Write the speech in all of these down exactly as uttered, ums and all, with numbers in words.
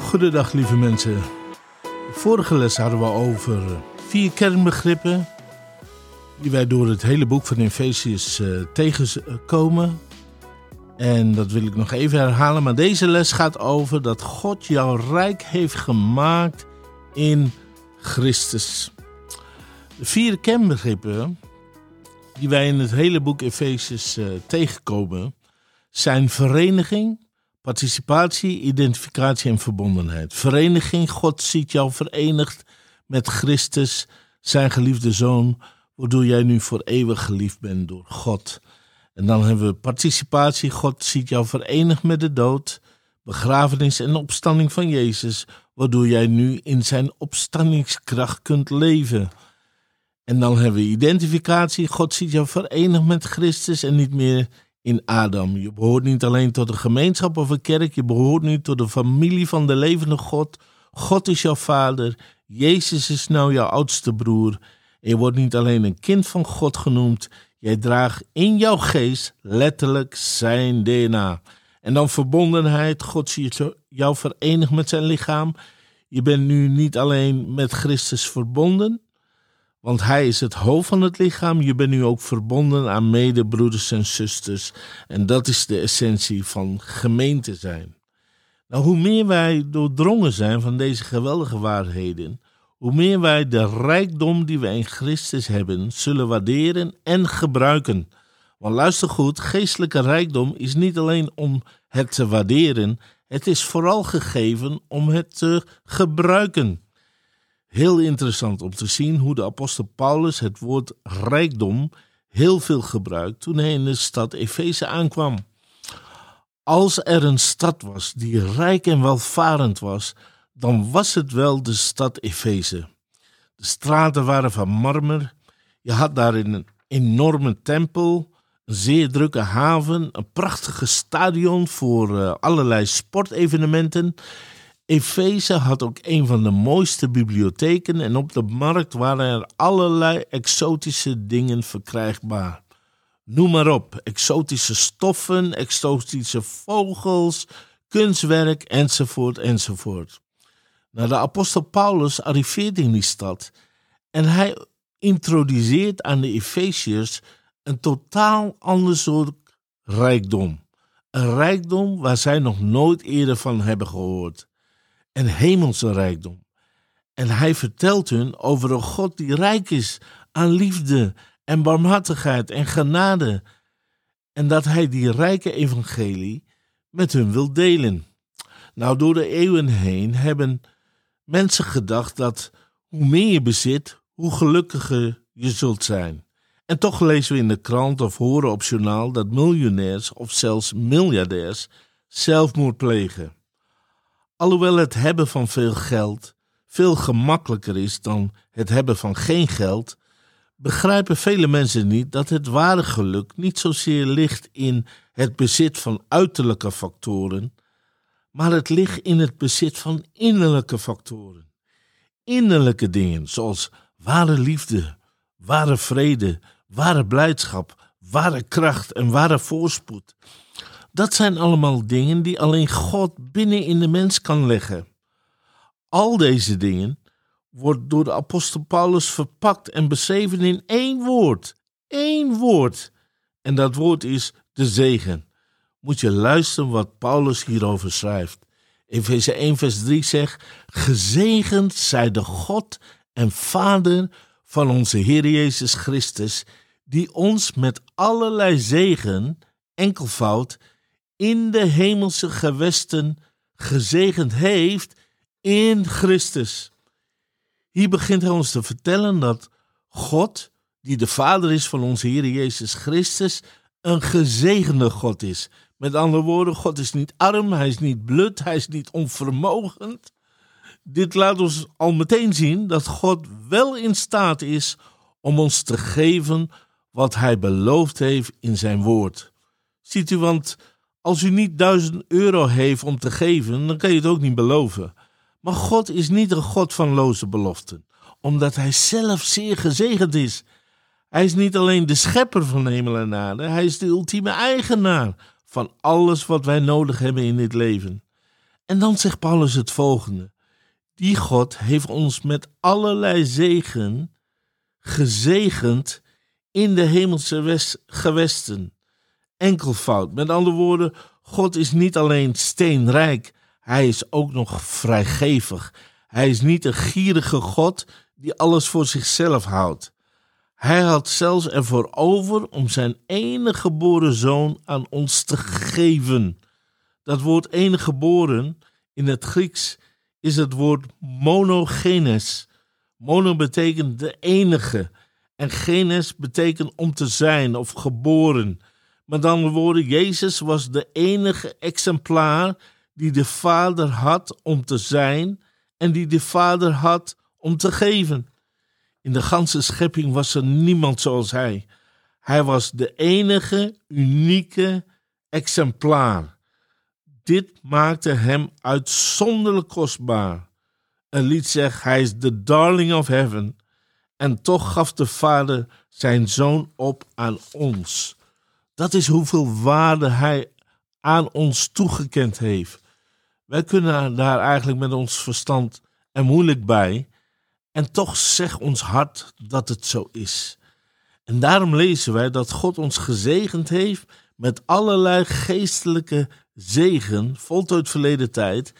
Goedendag lieve mensen. Vorige les hadden we over vier kernbegrippen die wij door het hele boek van Efesiërs uh, tegenkomen. En dat wil ik nog even herhalen, maar deze les gaat over dat God jouw rijk heeft gemaakt in Christus. De vier kernbegrippen die wij in het hele boek Efesiërs uh, tegenkomen zijn vereniging, participatie, identificatie en verbondenheid. Vereniging, God ziet jou verenigd met Christus, zijn geliefde Zoon, waardoor jij nu voor eeuwig geliefd bent door God. En dan hebben we participatie, God ziet jou verenigd met de dood, begrafenis en opstanding van Jezus, waardoor jij nu in zijn opstandingskracht kunt leven. En dan hebben we identificatie, God ziet jou verenigd met Christus en niet meer in Adam. Je behoort niet alleen tot een gemeenschap of een kerk, je behoort nu tot de familie van de levende God. God is jouw vader, Jezus is nou jouw oudste broer. En je wordt niet alleen een kind van God genoemd, jij draagt in jouw geest letterlijk zijn D N A. En dan verbondenheid, God ziet jou verenigd met zijn lichaam. Je bent nu niet alleen met Christus verbonden, want hij is het hoofd van het lichaam. Je bent nu ook verbonden aan medebroeders en zusters. En dat is de essentie van gemeente zijn. Nou, hoe meer wij doordrongen zijn van deze geweldige waarheden, hoe meer wij de rijkdom die we in Christus hebben, zullen waarderen en gebruiken. Want luister goed, geestelijke rijkdom is niet alleen om het te waarderen, het is vooral gegeven om het te gebruiken. Heel interessant om te zien hoe de apostel Paulus het woord rijkdom heel veel gebruikt toen hij in de stad Efeze aankwam. Als er een stad was die rijk en welvarend was, dan was het wel de stad Efeze. De straten waren van marmer, je had daar een enorme tempel, een zeer drukke haven, een prachtige stadion voor uh, allerlei sportevenementen. Efeze had ook een van de mooiste bibliotheken en op de markt waren er allerlei exotische dingen verkrijgbaar. Noem maar op, exotische stoffen, exotische vogels, kunstwerk enzovoort enzovoort. Nou, de apostel Paulus arriveert in die stad en hij introduceert aan de Efeziërs een totaal ander soort rijkdom. Een rijkdom waar zij nog nooit eerder van hebben gehoord. Een hemelse rijkdom. En hij vertelt hun over een God die rijk is aan liefde en barmhartigheid en genade. En dat hij die rijke evangelie met hun wil delen. Nou, door de eeuwen heen hebben mensen gedacht dat hoe meer je bezit, hoe gelukkiger je zult zijn. En toch lezen we in de krant of horen op journaal dat miljonairs of zelfs miljardairs zelfmoord plegen. Alhoewel het hebben van veel geld veel gemakkelijker is dan het hebben van geen geld, begrijpen vele mensen niet dat het ware geluk niet zozeer ligt in het bezit van uiterlijke factoren, maar het ligt in het bezit van innerlijke factoren. Innerlijke dingen zoals ware liefde, ware vrede, ware blijdschap, ware kracht en ware voorspoed. Dat zijn allemaal dingen die alleen God binnen in de mens kan leggen. Al deze dingen wordt door de apostel Paulus verpakt en beschreven in één woord. Eén woord. En dat woord is de zegen. Moet je luisteren wat Paulus hierover schrijft. Efeze één vers drie zegt: gezegend zij de God en Vader van onze Heer Jezus Christus, die ons met allerlei zegen, enkelvoud, in de hemelse gewesten gezegend heeft in Christus. Hier begint hij ons te vertellen dat God, die de Vader is van onze Heer Jezus Christus, een gezegende God is. Met andere woorden, God is niet arm, hij is niet blut, hij is niet onvermogend. Dit laat ons al meteen zien dat God wel in staat is om ons te geven wat hij beloofd heeft in zijn woord. Ziet u, want als u niet duizend euro heeft om te geven, dan kan je het ook niet beloven. Maar God is niet een God van loze beloften, omdat hij zelf zeer gezegend is. Hij is niet alleen de schepper van hemel en aarde, hij is de ultieme eigenaar van alles wat wij nodig hebben in dit leven. En dan zegt Paulus het volgende. Die God heeft ons met allerlei zegen gezegend in de hemelse west- gewesten. Enkelvoud. Met andere woorden, God is niet alleen steenrijk, hij is ook nog vrijgevig. Hij is niet een gierige God die alles voor zichzelf houdt. Hij had zelfs ervoor over om zijn enige geboren zoon aan ons te geven. Dat woord enige geboren in het Grieks is het woord monogenes. Mono betekent de enige en genes betekent om te zijn of geboren. Met andere woorden, Jezus was de enige exemplaar die de Vader had om te zijn en die de Vader had om te geven. In de ganse schepping was er niemand zoals hij. Hij was de enige, unieke exemplaar. Dit maakte hem uitzonderlijk kostbaar. Een lied zegt, hij is de darling of heaven. En toch gaf de Vader zijn zoon op aan ons. Dat is hoeveel waarde hij aan ons toegekend heeft. Wij kunnen daar eigenlijk met ons verstand er moeilijk bij. En toch zegt ons hart dat het zo is. En daarom lezen wij dat God ons gezegend heeft met allerlei geestelijke zegen, voltooid verleden tijd,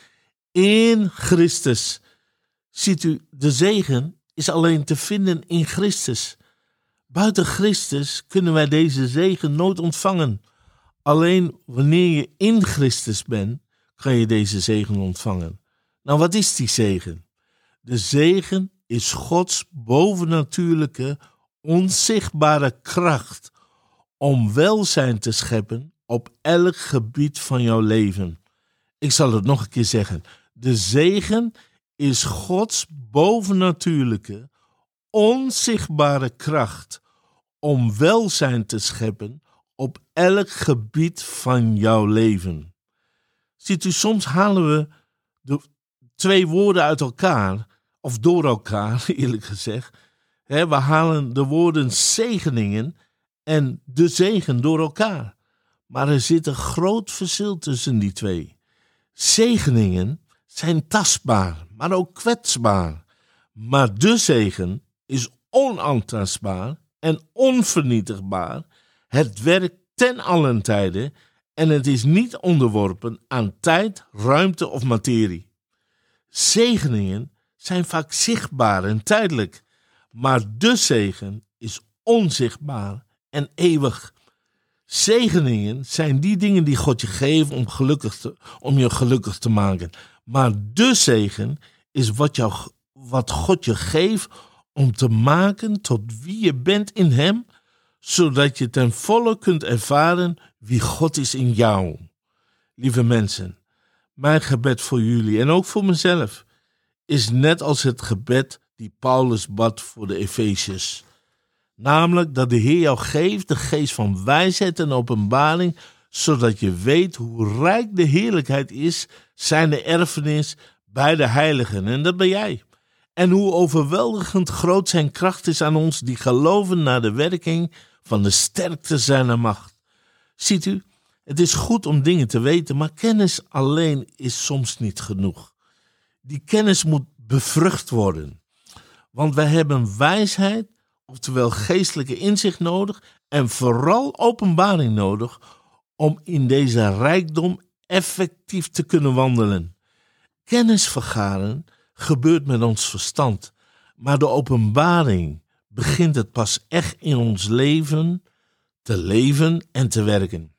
in Christus. Ziet u, de zegen is alleen te vinden in Christus. Buiten Christus kunnen wij deze zegen nooit ontvangen. Alleen wanneer je in Christus bent, kan je deze zegen ontvangen. Nou, wat is die zegen? De zegen is Gods bovennatuurlijke, onzichtbare kracht om welzijn te scheppen op elk gebied van jouw leven. Ik zal het nog een keer zeggen. De zegen is Gods bovennatuurlijke, onzichtbare kracht om welzijn te scheppen op elk gebied van jouw leven. Ziet u, soms halen we de twee woorden uit elkaar, of door elkaar, eerlijk gezegd. He, we halen de woorden zegeningen en de zegen door elkaar. Maar er zit een groot verschil tussen die twee. Zegeningen zijn tastbaar, maar ook kwetsbaar. Maar de zegen is onaantastbaar en onvernietigbaar. Het werkt ten allen tijde en het is niet onderworpen aan tijd, ruimte of materie. Zegeningen zijn vaak zichtbaar en tijdelijk, maar de zegen is onzichtbaar en eeuwig. Zegeningen zijn die dingen die God je geeft om, gelukkig te, om je gelukkig te maken. Maar de zegen is wat, jou, wat God je geeft om te maken tot wie je bent in hem, zodat je ten volle kunt ervaren wie God is in jou. Lieve mensen, mijn gebed voor jullie en ook voor mezelf is net als het gebed die Paulus bad voor de Efeziërs. Namelijk dat de Heer jou geeft de geest van wijsheid en openbaring, zodat je weet hoe rijk de heerlijkheid is, zijn de erfenis bij de heiligen. En dat ben jij. En hoe overweldigend groot zijn kracht is aan ons die geloven naar de werking van de sterkte zijner macht. Ziet u, het is goed om dingen te weten, maar kennis alleen is soms niet genoeg. Die kennis moet bevrucht worden. Want wij hebben wijsheid, oftewel geestelijke inzicht nodig en vooral openbaring nodig om in deze rijkdom effectief te kunnen wandelen. Kennis vergaren gebeurt met ons verstand, maar de openbaring begint het pas echt in ons leven te leven en te werken.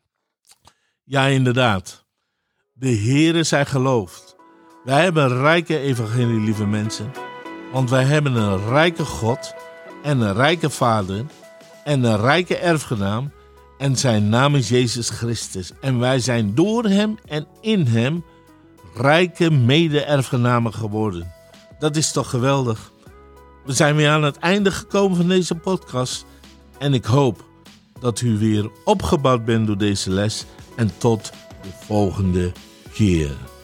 Ja, inderdaad. De Heere zij geloofd. Wij hebben een rijke evangelie, lieve mensen, want wij hebben een rijke God en een rijke Vader en een rijke erfgenaam en zijn naam is Jezus Christus. En wij zijn door hem en in hem rijke mede-erfgenamen geworden. Dat is toch geweldig? We zijn weer aan het einde gekomen van deze podcast en ik hoop dat u weer opgebouwd bent door deze les en tot de volgende keer.